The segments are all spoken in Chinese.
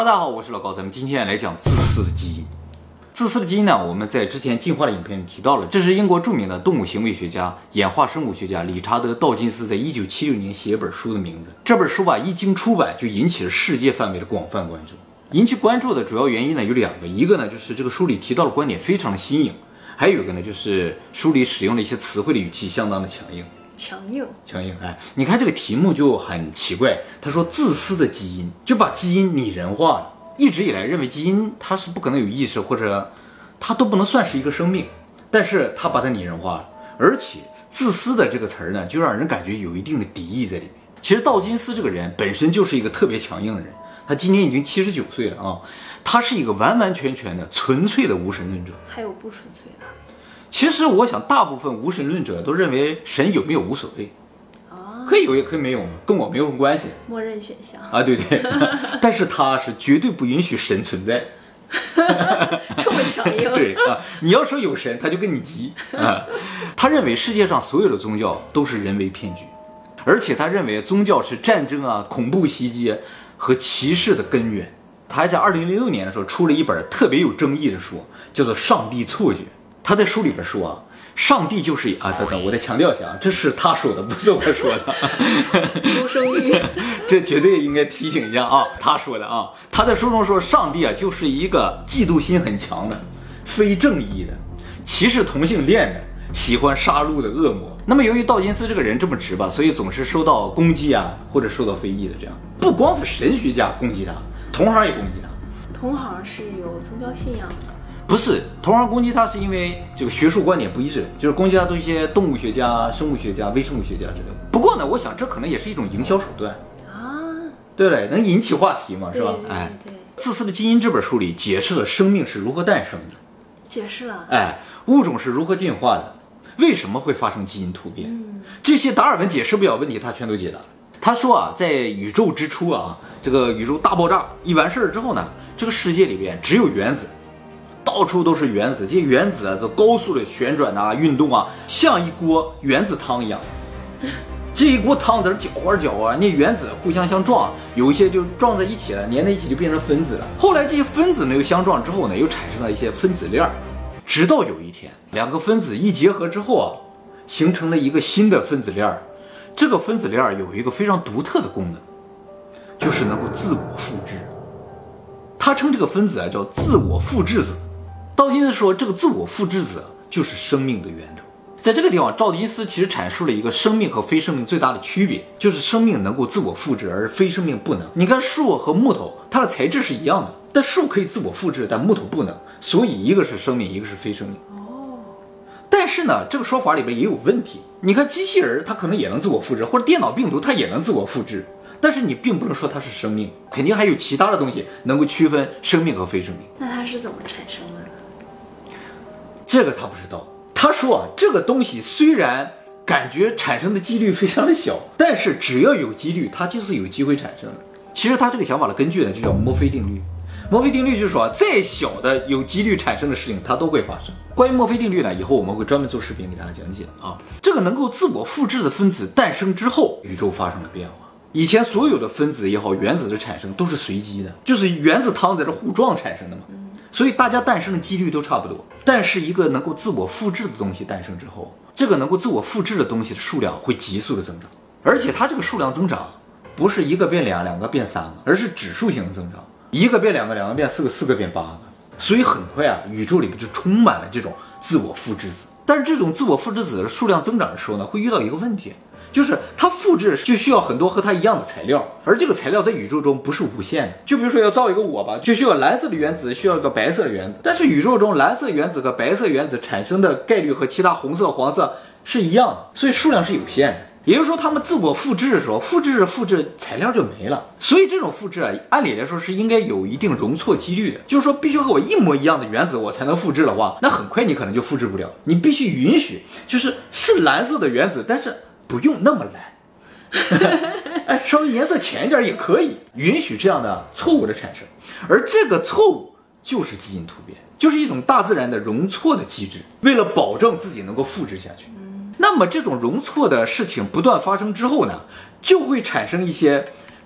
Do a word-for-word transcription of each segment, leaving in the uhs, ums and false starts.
大家好，我是老高，咱们今天来讲自私的基因。自私的基因呢，我们在之前进化的影片里提到了，这是英国著名的动物行为学家、演化生物学家理查德·道金斯在一九七六年写一本书的名字。这本书吧，一经出版就引起了世界范围的广泛关注。引起关注的主要原因呢有两个，一个呢就是这个书里提到的观点非常的新颖，还有一个呢就是书里使用的一些词汇的语气相当的强硬。 强硬， 强硬，哎，你看这个题目就很奇怪。他说自私的基因，就把基因拟人化了。一直以来认为基因它是不可能有意识，或者它都不能算是一个生命，但是他把它拟人化了。而且自私的这个词儿呢，就让人感觉有一定的敌意在里面。其实道金斯这个人本身就是一个特别强硬的人，他今年已经七十九岁了啊，他是一个完完全全的纯粹的无神论者。 还有不纯粹的？ 其实我想大部分无神论者都认为神有没有无所谓， 啊， 可以有也可以没有，跟我没有关系， 默认选项啊，对对。但是他是绝对不允许神存在。 这么强硬？ 对啊，你要说有神，他就跟你急啊。他认为世界上所有的宗教都是人为骗局，而且他认为宗教是战争啊、恐怖袭击和歧视的根源。他还在二零零六年的时候出了一本特别有争议的书，叫做《上帝错觉》。他在书里边说啊，上帝就是啊，等等，我再强调一下啊，这是他说的，不是我说的。 求生欲， 这绝对应该提醒一下啊，他说的啊。他在书中说，上帝啊就是一个嫉妒心很强的、非正义的、歧视同性恋的、喜欢杀戮的恶魔。那么由于道金斯这个人这么直吧，所以总是受到攻击啊，或者受到非议的。这样不光是神学家攻击他，同行也攻击他。 同行是有宗教信仰的。 不是，同行攻击他是因为这个学术观点不一致，就是攻击他的一些动物学家、生物学家、微生物学家之类的。不过呢，我想这可能也是一种营销手段啊， 对了，能引起话题嘛，是吧？ 对对对哎， 对， 自私的基因这本书里解释了生命是如何诞生的， 解释了， 哎，物种是如何进化的，为什么会发生基因突变， 嗯， 这些达尔文解释不了问题，他全都解答了。他说啊，在宇宙之初啊，这个宇宙大爆炸一完事儿之后呢，这个世界里边只有原子。到处都是原子，这些原子啊都高速的旋转啊、运动啊，像一锅原子汤一样。这一锅汤在这搅啊搅啊，那原子互相相撞，有一些就撞在一起了，粘在一起就变成分子了。后来这些分子呢又相撞之后呢，又产生了一些分子链，直到有一天，两个分子一结合之后啊，形成了一个新的分子链。这个分子链有一个非常独特的功能，就是能够自我复制。他称这个分子啊叫自我复制子。道金斯说，这个自我复制子就是生命的源头。在这个地方，道金斯其实阐述了一个生命和非生命最大的区别，就是生命能够自我复制，而非生命不能。你看树和木头，它的材质是一样的，但树可以自我复制，但木头不能，所以一个是生命，一个是非生命。 哦， 但是呢，这个说法里边也有问题。你看机器人，它可能也能自我复制，或者电脑病毒它也能自我复制，但是你并不能说它是生命，肯定还有其他的东西能够区分生命和非生命。 那它是怎么产生的？ 这个他不知道。他说啊，这个东西虽然感觉产生的几率非常的小，但是只要有几率，它就是有机会产生的。其实他这个想法的根据呢，就叫墨菲定律。墨菲定律就是说啊，再小的有几率产生的事情，它都会发生。关于墨菲定律呢，以后我们会专门做视频给大家讲解啊。这个能够自我复制的分子诞生之后，宇宙发生了变化。以前所有的分子也好，原子的产生都是随机的，就是原子汤在这互撞产生的嘛。所以大家诞生的几率都差不多，但是一个能够自我复制的东西诞生之后，这个能够自我复制的东西的数量会急速的增长，而且它这个数量增长不是一个变两，两个变三个，而是指数型的增长，一个变两个，两个变四个，四个变八个，所以很快啊，宇宙里面就充满了这种自我复制子。但是这种自我复制子的数量增长的时候呢，会遇到一个问题，就是它复制就需要很多和它一样的材料，而这个材料在宇宙中不是无限的。就比如说要造一个我吧，就需要蓝色的原子，需要一个白色的原子，但是宇宙中蓝色原子和白色原子产生的概率和其他红色、黄色是一样的，所以数量是有限的。也就是说，他们自我复制的时候，复制着复制，材料就没了。所以这种复制啊，按理来说是应该有一定容错几率的。就是说，必须和我一模一样的原子，我才能复制的话，那很快你可能就复制不了。你必须允许，就是是蓝色的原子，但是不用那么蓝，哎，稍微颜色浅一点也可以，允许这样的错误的产生。而这个错误就是基因突变，就是一种大自然的容错的机制，为了保证自己能够复制下去。那么这种容错的事情不断发生之后呢，就会产生一些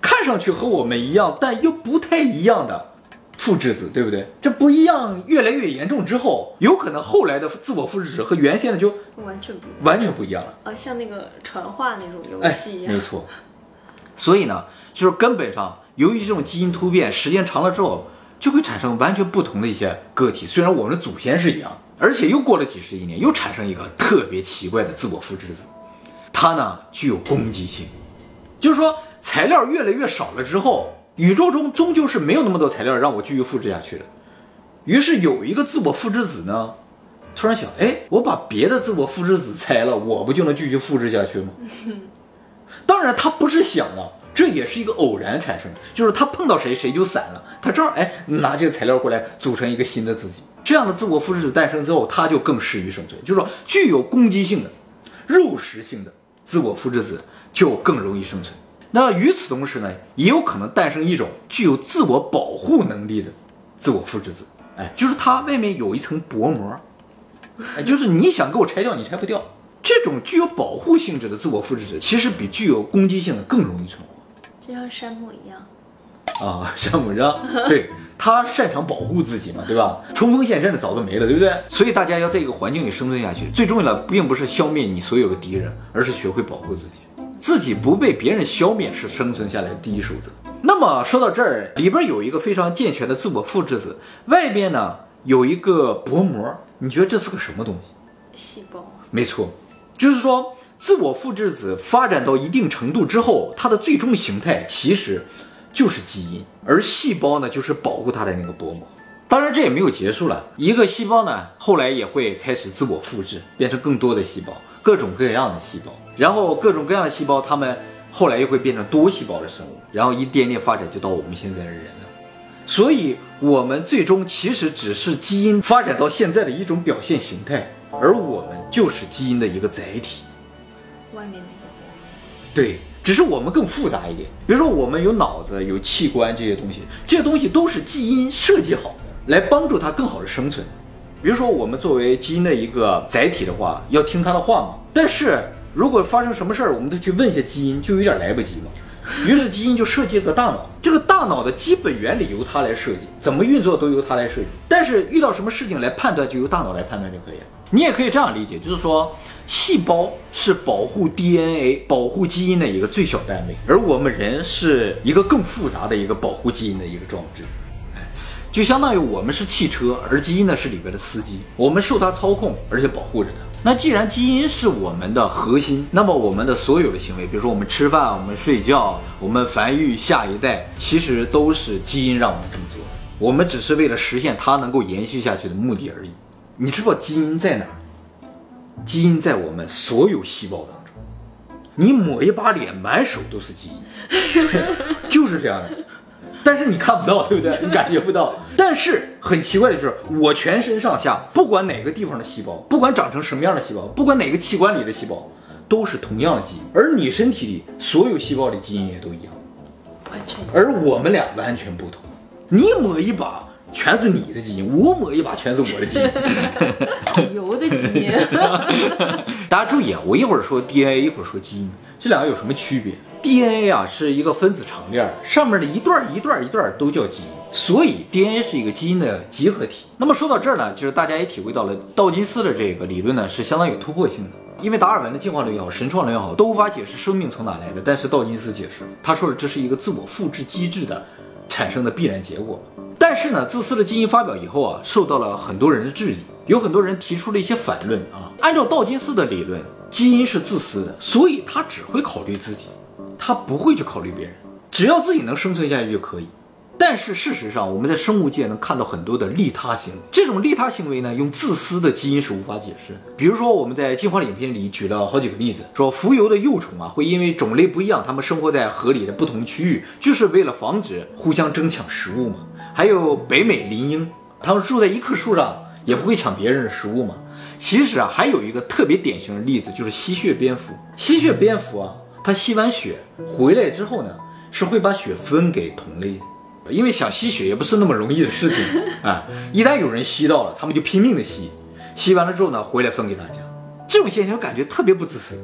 看上去和我们一样，但又不太一样的复制子，对不对？这不一样越来越严重之后，有可能后来的自我复制者和原先的就完全不一样， 完全不一样了。 哦，像那个传话那种游戏一样。 哎，没错。所以呢，就是根本上，由于这种基因突变，时间长了之后，就会产生完全不同的一些个体。虽然我们的祖先是一样，而且又过了几十亿年，又产生一个特别奇怪的自我复制子，它呢具有攻击性，就是说材料越来越少了之后，宇宙中终究是没有那么多材料让我继续复制下去的。于是有一个自我复制子呢，突然想，哎，我把别的自我复制子拆了，我不就能继续复制下去吗？当然他不是想的，这也是一个偶然产生的，就是他碰到谁谁就散了，他正好哎拿这个材料过来组成一个新的自己。这样的自我复制子诞生之后，它就更适于生存，就是说具有攻击性的肉食性的自我复制子就更容易生存。那与此同时呢，也有可能诞生一种具有自我保护能力的自我复制子，哎，就是它外面有一层薄膜，哎，就是你想给我拆掉你拆不掉。这种具有保护性质的自我复制子，其实比具有攻击性的更容易存活， 就像山姆一样啊，山姆让对他擅长保护自己嘛，对吧？冲锋陷阵的早都没了，对不对？所以大家要在一个环境里生存下去，最重要的并不是消灭你所有的敌人，而是学会保护自己。自己不被别人消灭是生存下来的第一守则。那么说到这儿，里边有一个非常健全的自我复制子，外边呢有一个薄膜，你觉得这是个什么东西？ 细胞。 没错，就是说自我复制子发展到一定程度之后，它的最终形态其实就是基因，而细胞呢就是保护它的那个薄膜。当然这也没有结束了，一个细胞呢后来也会开始自我复制，变成更多的细胞，各种各样的细胞，然后各种各样的细胞它们后来又会变成多细胞的生物，然后一点点发展就到我们现在的人了。所以我们最终其实只是基因发展到现在的一种表现形态，而我们就是基因的一个载体。 外面那个薄膜。 对，只是我们更复杂一点。比如说我们有脑子有器官，这些东西这些东西都是基因设计好的，来帮助它更好的生存。比如说我们作为基因的一个载体的话，要听它的话嘛。但是如果发生什么事儿，我们都去问一下基因，就有点来不及嘛。于是基因就设计了个大脑，这个大脑的基本原理由它来设计，怎么运作都由它来设计。但是遇到什么事情来判断，就由大脑来判断就可以了。你也可以这样理解，就是说细胞是保护 D N A 保护基因的一个最小单位，而我们人是一个更复杂的一个保护基因的一个装置。就相当于我们是汽车，而基因呢是里边的司机，我们受它操控，而且保护着它。那既然基因是我们的核心，那么我们的所有的行为，比如说我们吃饭、我们睡觉、我们繁育下一代，其实都是基因让我们这么做，我们只是为了实现它能够延续下去的目的而已。你知道基因在哪儿？基因在我们所有细胞当中，你抹一把脸，满手都是基因，就是这样的。但是你看不到，对不对？你感觉不到。但是很奇怪的就是，我全身上下，不管哪个地方的细胞，不管长成什么样的细胞，不管哪个器官里的细胞，都是同样的基因。而你身体里所有细胞里基因也都一样， 完全。 而我们俩完全不同。你抹一把全是你的基因，我抹一把全是我的基因， 油的基因。 大家注意啊，我一会儿说 D N A， 一会儿说基因，这两个有什么区别？D N A 啊是一个分子长链，上面的一段一段一段都叫基因，所以 D N A 是一个基因的集合体。那么说到这儿呢，就是大家也体会到了道金斯的这个理论呢是相当有突破性的，因为达尔文的进化论也好，神创论也好，都无法解释生命从哪来的，但是道金斯解释了，他说的这是一个自我复制机制的产生的必然结果。但是呢，自私的基因发表以后啊，受到了很多人的质疑，有很多人提出了一些反论啊。按照道金斯的理论，基因是自私的，所以他只会考虑自己，他不会去考虑别人，只要自己能生存下去就可以。但是事实上，我们在生物界能看到很多的利他行为，这种利他行为呢，用自私的基因是无法解释的。比如说，我们在进化的影片里举了好几个例子，说浮游的幼虫啊，会因为种类不一样，它们生活在河里的不同区域，就是为了防止互相争抢食物嘛。还有北美林鹰，它们住在一棵树上，也不会抢别人的食物嘛。其实啊，还有一个特别典型的例子，就是吸血蝙蝠。吸血蝙蝠啊，它吸完血回来之后呢，是会把血分给同类的。因为想吸血也不是那么容易的事情啊！一旦有人吸到了，他们就拼命的吸，吸完了之后呢，回来分给大家。这种现象感觉特别不自私。按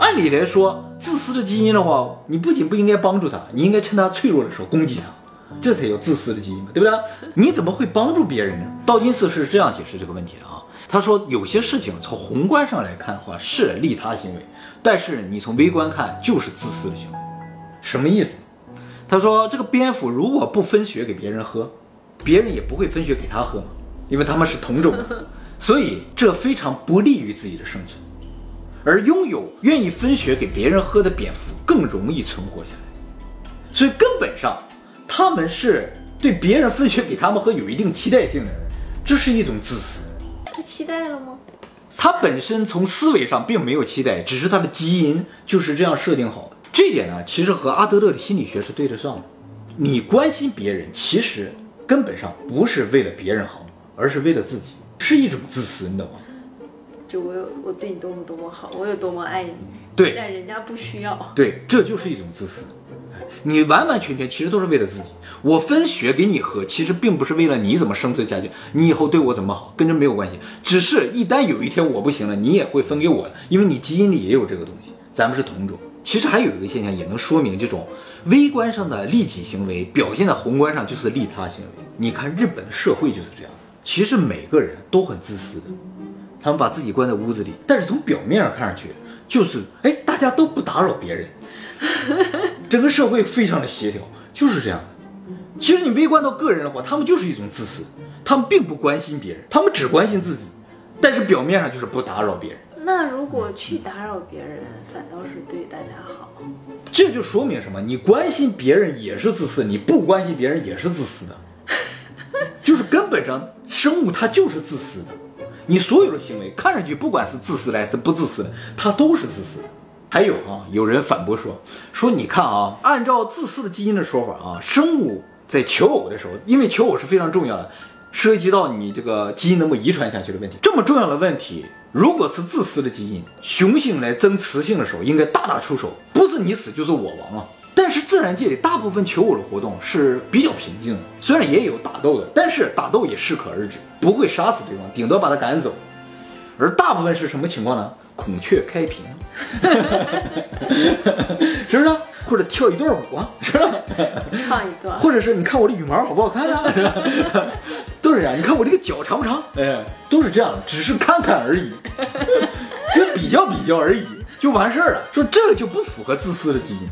按理来说，自私的基因的话，你不仅不应该帮助他，你应该趁他脆弱的时候攻击他，这才有自私的基因嘛，对不对？你怎么会帮助别人呢？道金斯是这样解释这个问题的啊。他说，有些事情从宏观上来看的话是利他行为，但是你从微观看就是自私的行为。什么意思？他说，这个蝙蝠如果不分血给别人喝，别人也不会分血给他喝嘛，因为他们是同种的，所以这非常不利于自己的生存。而拥有愿意分血给别人喝的蝙蝠更容易存活下来，所以根本上他们是对别人分血给他们喝有一定期待性的，这是一种自私。 他期待了吗？ 他本身从思维上并没有期待，只是他的基因就是这样设定好的。这一点呢，其实和阿德勒的心理学是对得上的。你关心别人，其实根本上不是为了别人好，而是为了自己，是一种自私，你懂吗？ 就我有我对你多么多么好，我有多么爱你， 对， 但人家不需要。 对，这就是一种自私。你完完全全其实都是为了自己。我分血给你喝，其实并不是为了你怎么生存下去，你以后对我怎么好，跟这没有关系。只是一旦有一天我不行了，你也会分给我的，因为你基因里也有这个东西，咱们是同种。其实还有一个现象也能说明这种微观上的利己行为表现在宏观上就是利他行为。你看日本的社会就是这样，其实每个人都很自私的，他们把自己关在屋子里，但是从表面上看上去就是哎，大家都不打扰别人，整个社会非常的协调，就是这样的。其实你微观到个人的话，他们就是一种自私，他们并不关心别人，他们只关心自己，但是表面上就是不打扰别人。 那如果去打扰别人，反倒是对大家好， 这就说明什么？你关心别人也是自私，你不关心别人也是自私的，就是根本上生物它就是自私的。你所有的行为看上去不管是自私的还是不自私的，它都是自私的。还有啊，有人反驳说说你看啊，按照自私的基因的说法啊，生物在求偶的时候，因为求偶是非常重要的，涉及到你这个基因能不能遗传下去的问题。这么重要的问题，如果是自私的基因，雄性来争雌性的时候应该大打出手，不是你死就是我亡啊。但是自然界里大部分求偶的活动是比较平静的，虽然也有打斗的，但是打斗也适可而止，不会杀死对方，顶多把他赶走。而大部分是什么情况呢？孔雀开屏，是不是？或者跳一段舞啊，是吧？ 唱一段， 或者是你看我的羽毛好不好看啊，是吧？都是这样。你看我这个脚长不长？哎，都是这样，只是看看而已，就比较比较而已，就完事儿了。说这就不符合自私的基因。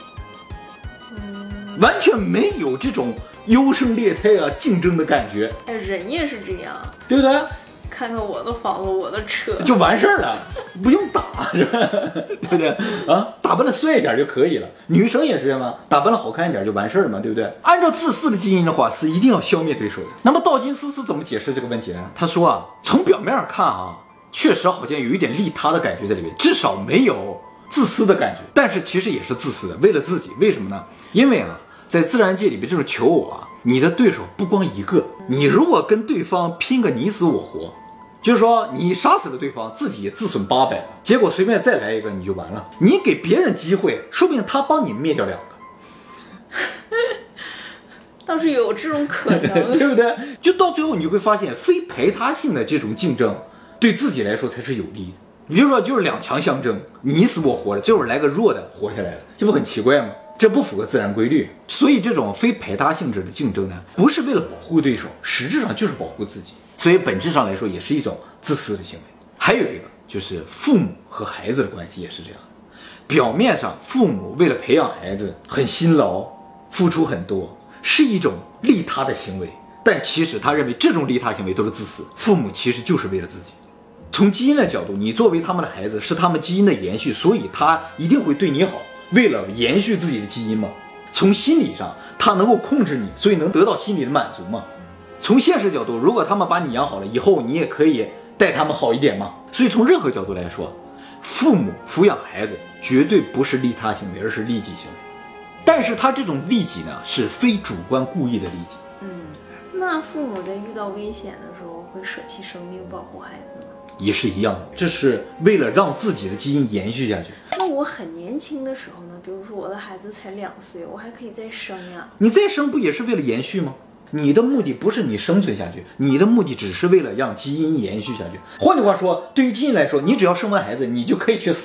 完全没有这种优胜劣汰啊、竞争的感觉。 哎，人也是这样， 对不对？ 看看我的房子，我的车， 就完事儿了，不用打，是吧？对不对啊？打扮的帅一点就可以了。女生也是这样吗？打扮的好看一点就完事儿嘛，对不对？按照自私的基因的话，是一定要消灭对手的。那么道金斯是怎么解释这个问题呢？他说啊，从表面上看啊，确实好像有一点利他的感觉在里面，至少没有自私的感觉，但是其实也是自私的，为了自己。为什么呢？因为啊，在自然界里面这种求偶啊，你的对手不光一个，你如果跟对方拼个你死我活，就是说你杀死了对方，自己也自损八百，结果随便再来一个你就完了。你给别人机会，说不定他帮你灭掉两个， 倒是有这种可能， 对不对？就到最后你会发现，非排他性的这种竞争对自己来说才是有利的。你就说就是两强相争，你死我活的，最后来个弱的活下来了，这不很奇怪吗？这不符合自然规律。所以这种非排他性质的竞争呢，不是为了保护对手，实质上就是保护自己，所以本质上来说也是一种自私的行为。还有一个就是父母和孩子的关系也是这样，表面上父母为了培养孩子很辛劳，付出很多，是一种利他的行为，但其实他认为这种利他行为都是自私，父母其实就是为了自己。从基因的角度，你作为他们的孩子，是他们基因的延续，所以他一定会对你好，为了延续自己的基因嘛。从心理上，他能够控制你，所以能得到心理的满足嘛。从现实角度，如果他们把你养好了，以后你也可以待他们好一点嘛。所以从任何角度来说，父母抚养孩子绝对不是利他行为，而是利己行为。但是他这种利己呢，是非主观故意的利己。 嗯，那父母在遇到危险的时候会舍弃生命保护孩子吗？ 也是一样的，这是为了让自己的基因延续下去。 那我很年轻的时候呢，比如说我的孩子才两岁，我还可以再生呀。 你再生不也是为了延续吗？你的目的不是你生存下去，你的目的只是为了让基因延续下去。换句话说，对于基因来说，你只要生完孩子，你就可以去死了。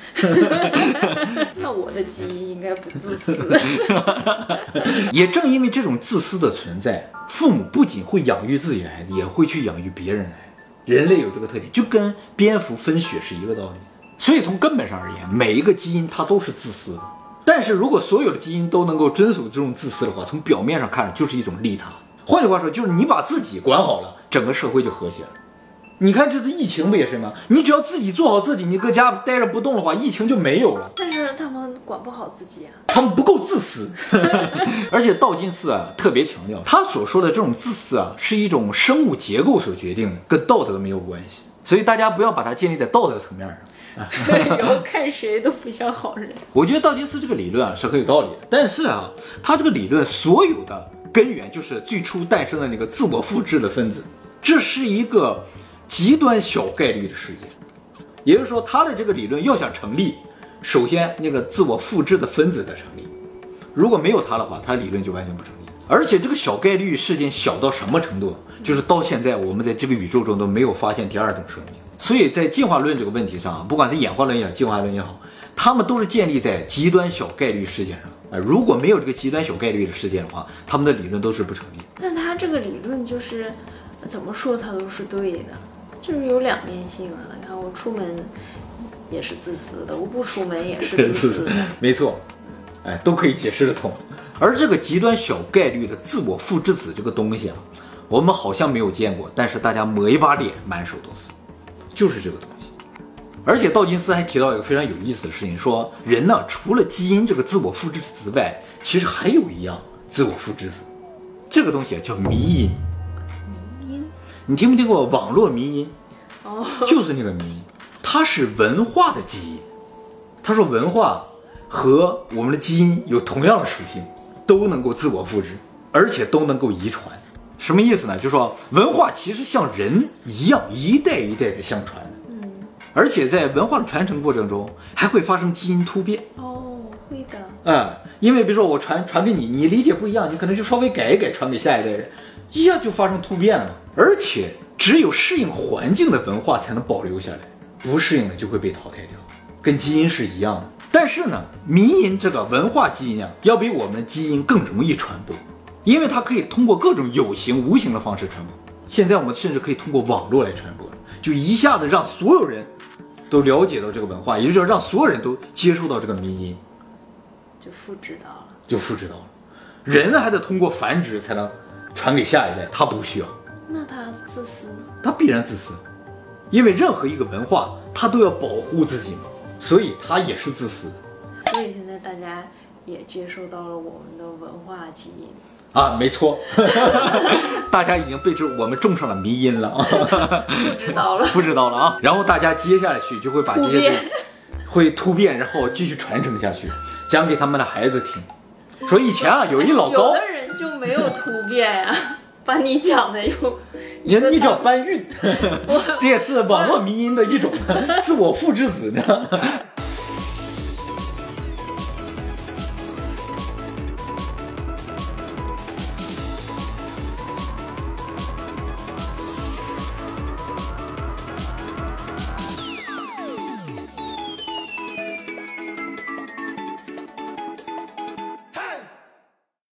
那我的基因应该不自私。 也正因为这种自私的存在，父母不仅会养育自己的孩子，也会去养育别人的孩子。人类有这个特点，就跟蝙蝠分血是一个道理。所以从根本上而言，每一个基因它都是自私的。但是如果所有的基因都能够遵守这种自私的话，从表面上看就是一种利他。换句话说，就是你把自己管好了，整个社会就和谐了。你看这次疫情不也是吗？你只要自己做好自己，你搁家待着不动的话，疫情就没有了。 但是他们管不好自己啊， 他们不够自私。而且道金斯啊特别强调，他所说的这种自私啊是一种生物结构所决定的，跟道德没有关系。所以大家不要把它建立在道德层面上。 以后看谁都不像好人。 我觉得道金斯这个理论啊是很有道理的，但是啊，他这个理论所有的根源就是最初诞生的那个自我复制的分子，这是一个极端小概率的事件。也就是说，他的这个理论要想成立，首先那个自我复制的分子的成立，如果没有它的话，他理论就完全不成立。而且这个小概率事件小到什么程度，就是到现在我们在这个宇宙中都没有发现第二种生命。所以在进化论这个问题上，不管是演化论也好，进化论也好，他们都是建立在极端小概率事件上。呃，如果没有这个极端小概率的事件的话，他们的理论都是不成立。 但他这个理论就是怎么说他都是对的，就是有两面性啊。你看我出门也是自私的，我不出门也是自私的， 没错，哎，都可以解释得通。而这个极端小概率的自我复制子这个东西啊，我们好像没有见过，但是大家抹一把脸，满手都是，就是这个东西。而且道金斯还提到一个非常有意思的事情，说人呢，除了基因这个自我复制子外，其实还有一样自我复制子，这个东西啊叫迷因。 迷因？ 你听没听过网络迷因？ 哦， 就是那个迷因，它是文化的基因。他说文化和我们的基因有同样的属性，都能够自我复制，而且都能够遗传。什么意思呢？就是说文化其实像人一样，一代一代的相传的。 嗯， 而且在文化的传承过程中，还会发生基因突变。 哦，会的。 嗯，因为比如说我传传给你，你理解不一样，你可能就稍微改一改，传给下一代人，一下就发生突变了。而且只有适应环境的文化才能保留下来，不适应的就会被淘汰掉，跟基因是一样的。但是呢，迷因这个文化基因啊，要比我们的基因更容易传播，因为它可以通过各种有形无形的方式传播。现在我们甚至可以通过网络来传播，就一下子让所有人都了解到这个文化，也就是让所有人都接触到这个迷因， 就复制到了， 就复制到了。人还得通过繁殖才能传给下一代，他不需要。 那他自私？ 他必然自私，因为任何一个文化，他都要保护自己嘛，所以他也是自私的。 所以现在大家也接受到了我们的文化基因啊，没错，大家已经被这我们种上了迷因了啊， 不知道了， 不知道了啊。然后大家接下去就会把这些会突变，然后继续传承下去，讲给他们的孩子听。说以前啊，有一老高， 有的人就没有突变呀、啊，把你讲的又你你叫搬运，这也是网络迷因的一种自我复制子呢。